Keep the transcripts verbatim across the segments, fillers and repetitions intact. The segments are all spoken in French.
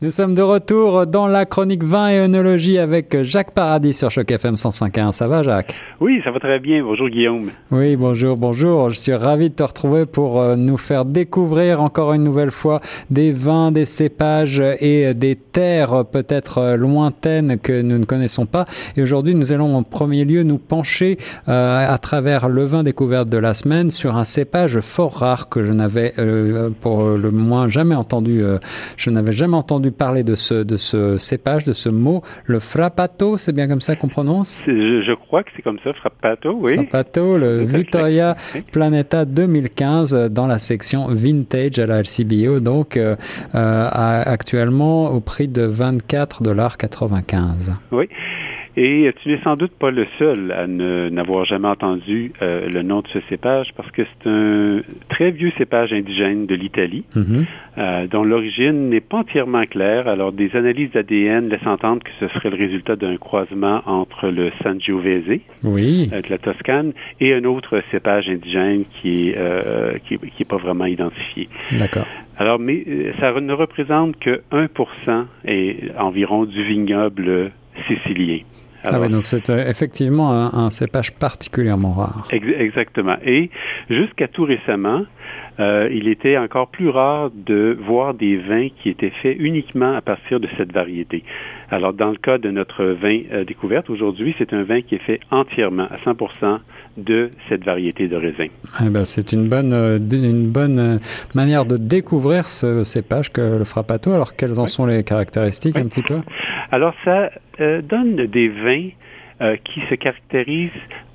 Nous sommes de retour dans la chronique vin et œnologie avec Jacques Paradis sur Choc F M cent cinq point un. Ça va, Jacques? Oui, ça va très bien. Bonjour, Guillaume. Oui, bonjour, bonjour. Je suis ravi de te retrouver pour nous faire découvrir encore une nouvelle fois des vins, des cépages et des terres peut-être lointaines que nous ne connaissons pas. Et aujourd'hui, nous allons en premier lieu nous pencher euh, à travers le vin découverte de la semaine sur un cépage fort rare que je n'avais euh, pour le moins jamais entendu. Euh, je n'avais jamais entendu parler de ce, de ce cépage, de ce mot, le Frappato, c'est bien comme ça qu'on prononce? Je, je crois que c'est comme ça, Frappato, oui. Frappato, le Vittoria Planeta deux mille quinze dans la section Vintage à la L C B O, donc euh, à, actuellement au prix de vingt-quatre dollars quatre-vingt-quinze. Oui. Et tu n'es sans doute pas le seul à ne, n'avoir jamais entendu euh, le nom de ce cépage parce que c'est un très vieux cépage indigène de l'Italie mm-hmm. euh, dont l'origine n'est pas entièrement claire. Alors, des analyses d'A D N laissent entendre que ce serait le résultat d'un croisement entre le Sangiovese oui. euh, de la Toscane et un autre cépage indigène qui est, euh, qui, qui est pas vraiment identifié. D'accord. Alors, mais ça ne représente que un pour cent et environ du vignoble sicilien. Alors, ah oui, donc c'est euh, effectivement un, un cépage particulièrement rare. Ex- exactement. Et jusqu'à tout récemment, euh, il était encore plus rare de voir des vins qui étaient faits uniquement à partir de cette variété. Alors, dans le cas de notre vin euh, découverte aujourd'hui, c'est un vin qui est fait entièrement à cent pour cent de cette variété de raisin. Eh ben, c'est une bonne, euh, une bonne euh, manière de découvrir ce cépage que le Frappato. Alors, quelles en oui. sont les caractéristiques oui. un petit peu? Alors, ça euh, donne des vins euh, qui se caractérisent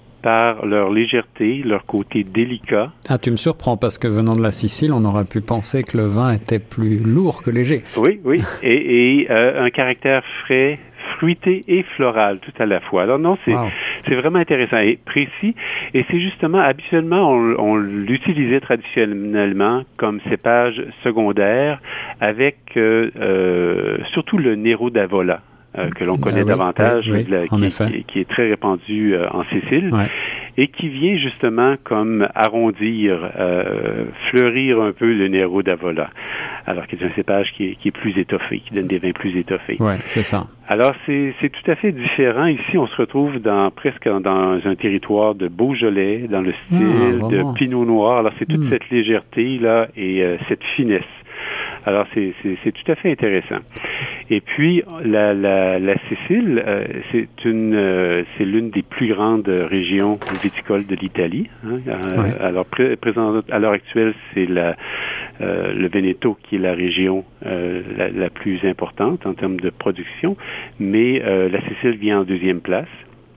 par leur légèreté, leur côté délicat. Ah, tu me surprends parce que venant de la Sicile, on aurait pu penser que le vin était plus lourd que léger. Oui, oui, et, et euh, un caractère frais, fruité et floral tout à la fois. Alors non, c'est, wow. c'est vraiment intéressant et précis. Et c'est justement, habituellement, on, on l'utilisait traditionnellement comme cépage secondaire avec euh, euh, surtout le Nero d'Avola. Euh, que l'on connaît ah, oui, davantage, oui, oui, la, qui, qui, qui est très répandu euh, en Sicile, ouais. et qui vient justement comme arrondir, euh, fleurir un peu le Nero d'Avola. Alors qu'il est un cépage qui est, qui est plus étoffé, qui donne des vins plus étoffés. Oui, c'est ça. Alors, c'est, c'est tout à fait différent. Ici, on se retrouve dans presque dans un territoire de Beaujolais, dans le style ah, de Pinot Noir. Alors, c'est toute mm. cette légèreté-là et euh, cette finesse. Alors, c'est, c'est, c'est tout à fait intéressant. Et puis, la, la, la Sicile, euh, c'est une, euh, c'est l'une des plus grandes régions viticoles de l'Italie. Hein. Euh, ouais. Alors, pré- présent, à l'heure actuelle, c'est la, euh, le Veneto qui est la région euh, la, la plus importante en termes de production, mais euh, la Sicile vient en deuxième place.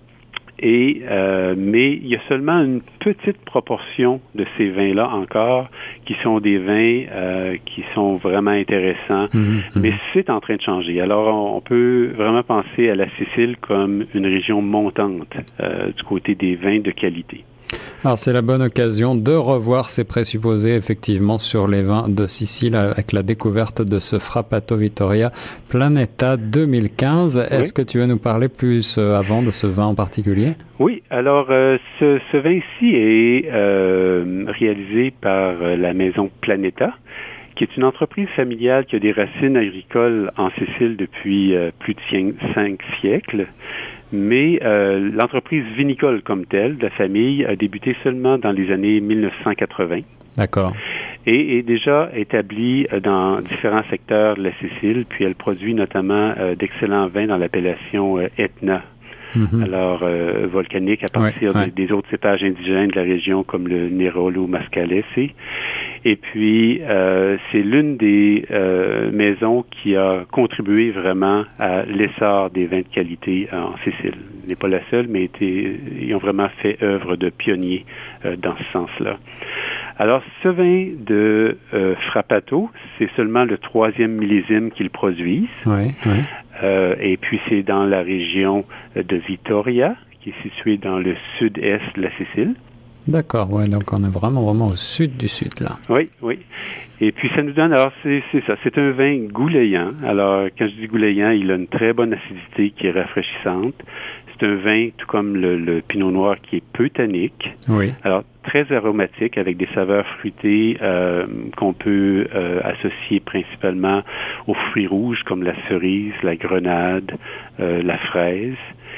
Et euh, mais il y a seulement une petite proportion de ces vins-là encore qui sont des vins euh, qui sont vraiment intéressants, mmh, mais mmh. c'est en train de changer. Alors on, on peut vraiment penser à la Sicile comme une région montante euh, du côté des vins de qualité. Alors c'est la bonne occasion de revoir ces présupposés effectivement sur les vins de Sicile avec la découverte de ce Frappato Vittoria Planeta deux mille quinze. Est-ce oui. que tu veux nous parler plus avant de ce vin en particulier? Oui, alors euh, ce, ce vin-ci est euh, réalisé par la maison Planeta, qui est une entreprise familiale qui a des racines agricoles en Sicile depuis euh, plus de cinq, cinq siècles. Mais euh, l'entreprise vinicole comme telle de la famille a débuté seulement dans les années dix-neuf cent quatre-vingts. D'accord. Et est déjà établie dans différents secteurs de la Sicile, puis elle produit notamment euh, d'excellents vins dans l'appellation euh, Etna. Mm-hmm. Alors, euh, volcanique à partir ouais, ouais. Des, des autres cépages indigènes de la région comme le Nerolo Mascalese. Et puis, euh, c'est l'une des euh, maisons qui a contribué vraiment à l'essor des vins de qualité en Sicile. Elle n'est pas la seule, mais été, ils ont vraiment fait œuvre de pionnier euh, dans ce sens-là. Alors, ce vin de euh, Frappato, c'est seulement le troisième millésime qu'ils produisent. Oui, oui. Euh, et puis, c'est dans la région de Vittoria, qui est située dans le sud-est de la Sicile. D'accord, ouais, donc on est vraiment, vraiment au sud du sud, là. Oui, oui. Et puis, ça nous donne, alors, c'est, c'est ça, c'est un vin goulayant. Alors, quand je dis goulayant, il a une très bonne acidité qui est rafraîchissante. C'est un vin, tout comme le, le Pinot Noir, qui est peu tannique. Oui. Alors, très aromatique avec des saveurs fruitées euh, qu'on peut euh, associer principalement aux fruits rouges comme la cerise, la grenade, euh, la fraise.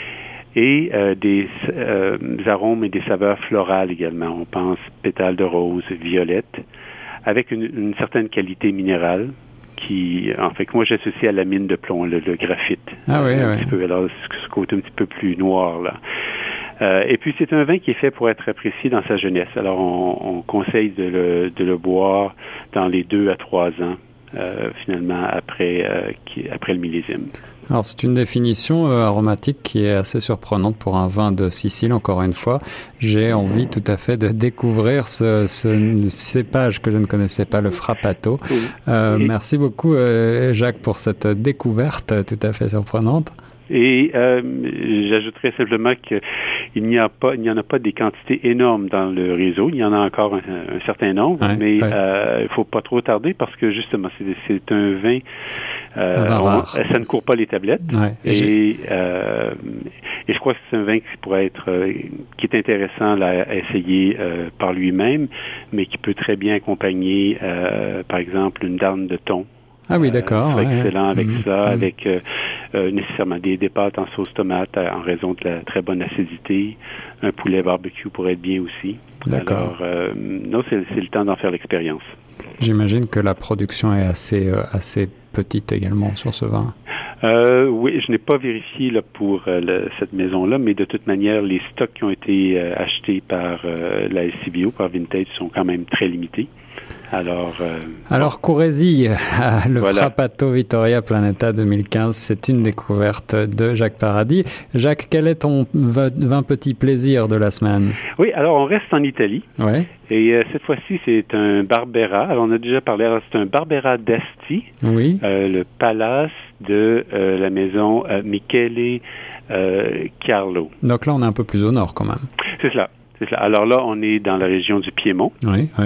Et euh, des euh, arômes et des saveurs florales également. On pense pétales de rose, violette, avec une, une certaine qualité minérale qui, en fait, que moi j'associe à la mine de plomb, le, le graphite. Ah oui, un oui. Petit peu, alors, ce côté un petit peu plus noir, là. Euh, et puis, c'est un vin qui est fait pour être apprécié dans sa jeunesse. Alors, on, on conseille de le, de le boire dans les deux à trois ans, euh, finalement, après, euh, qui, après le millésime. Alors, c'est une définition euh, aromatique qui est assez surprenante pour un vin de Sicile, encore une fois. J'ai envie tout à fait de découvrir ce, ce cépage que je ne connaissais pas, le Frappato. Oui. Euh, Et... Merci beaucoup, euh, Jacques, pour cette découverte tout à fait surprenante. Et euh, j'ajouterais simplement qu'il n'y a pas, il n'y en a pas des quantités énormes dans le réseau. Il y en a encore un, un certain nombre, ouais, mais ouais. Euh, il ne faut pas trop tarder parce que justement, c'est, c'est un vin. Euh, on, ça ne court pas les tablettes. Ouais, et, et, euh, et je crois que c'est un vin qui pourrait être, euh, qui est intéressant là, à essayer euh, par lui-même, mais qui peut très bien accompagner, euh, par exemple, une darne de thon. Ah oui, d'accord. Euh, ouais, excellent avec mmh, ça, mmh. avec euh, euh, nécessairement des, des pâtes en sauce tomate euh, en raison de la très bonne acidité. Un poulet barbecue pourrait être bien aussi. D'accord. Alors, euh, non, c'est, c'est le temps d'en faire l'expérience. J'imagine que la production est assez, euh, assez petite également sur ce vin. Euh, oui, je n'ai pas vérifié là, pour euh, le, cette maison-là, mais de toute manière, les stocks qui ont été euh, achetés par euh, la S C B O, par Vintage, sont quand même très limités. Alors, euh, Alors bon. courez-y, le voilà. Frappato Vittoria Planeta deux mille quinze, c'est une découverte de Jacques Paradis. Jacques, quel est ton vin petit plaisir de la semaine? Oui, alors on reste en Italie. Ouais. Et euh, cette fois-ci, c'est un Barbera. Alors, on a déjà parlé, alors c'est un Barbera d'Asti. Oui. Euh, le palace de euh, la maison euh, Michele euh, Carlo. Donc là, on est un peu plus au nord quand même. C'est cela. C'est cela. Alors là, on est dans la région du Piémont. Oui, oui.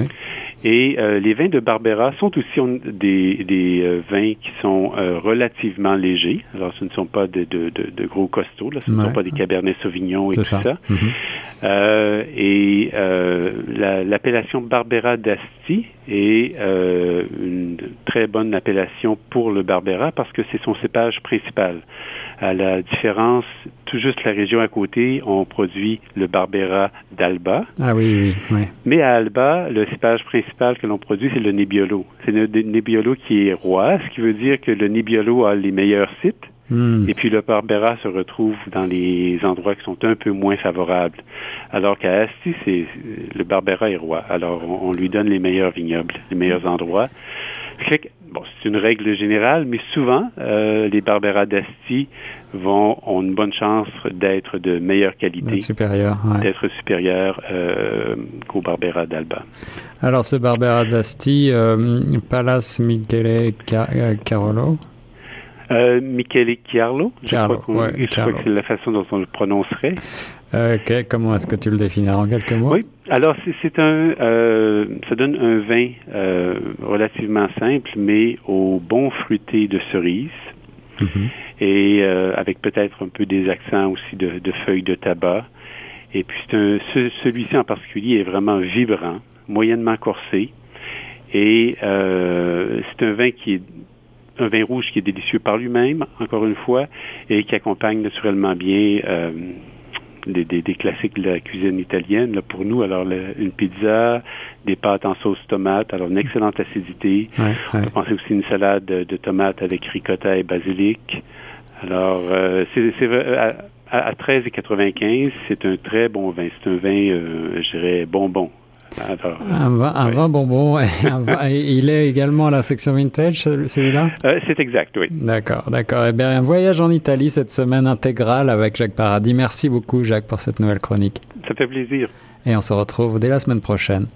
Et euh, les vins de Barbera sont aussi on, des, des euh, vins qui sont euh, relativement légers. Alors, ce ne sont pas de, de, de, de gros costauds, là. Ce ne ouais. sont pas des Cabernet Sauvignon et C'est tout ça. ça. Mm-hmm. Euh, et euh, la, l'appellation Barbera d'Asti est euh, une très bonne appellation pour le Barbera parce que c'est son cépage principal. À la différence, tout juste la région à côté, on produit le Barbera d'Alba. Ah oui, oui, oui. Mais à Alba, le cépage principal que l'on produit, c'est le Nebbiolo. C'est le Nebbiolo qui est roi, ce qui veut dire que le Nebbiolo a les meilleurs sites. Mm. Et puis le Barbera se retrouve dans les endroits qui sont un peu moins favorables. Alors qu'à Asti, c'est, le Barbera est roi. Alors on, on lui donne les meilleurs vignobles, les meilleurs endroits. Fait que, bon, c'est une règle générale, mais souvent, euh, les Barbera d'Asti vont, ont une bonne chance d'être de meilleure qualité. D'être supérieur, ouais. D'être supérieur euh, qu'au Barbera d'Alba. Alors, ce Barbera d'Asti, euh, Palace Michele Carolo euh, Michele Chiarlo, je, Carlo, crois, ouais, je crois que c'est la façon dont on le prononcerait. Ok, comment est-ce que tu le définirais en quelques mots? Oui, alors c'est, c'est un, euh, ça donne un vin euh, relativement simple, mais au bon fruité de cerise, mm-hmm. et euh, avec peut-être un peu des accents aussi de, de feuilles de tabac. Et puis c'est un, ce, celui-ci en particulier est vraiment vibrant, moyennement corsé, et euh, c'est un vin qui est un vin rouge qui est délicieux par lui-même, encore une fois, et qui accompagne naturellement bien euh, des, des, des classiques de la cuisine italienne. Là, pour nous, alors le, une pizza, des pâtes en sauce tomate, alors une excellente acidité. Ouais, ouais. On peut penser aussi une salade de, de tomates avec ricotta et basilic. Alors, euh, c'est, c'est à, à treize virgule quatre-vingt-quinze, c'est un très bon vin. C'est un vin, euh, je dirais, bonbon. Alors, un vin, un ouais. vin bonbon. Un vin, il est également à la section vintage, celui-là? Euh, c'est exact, oui. D'accord, d'accord. Eh bien, un voyage en Italie cette semaine intégrale avec Jacques Paradis. Merci beaucoup, Jacques, pour cette nouvelle chronique. Ça fait plaisir. Et on se retrouve dès la semaine prochaine.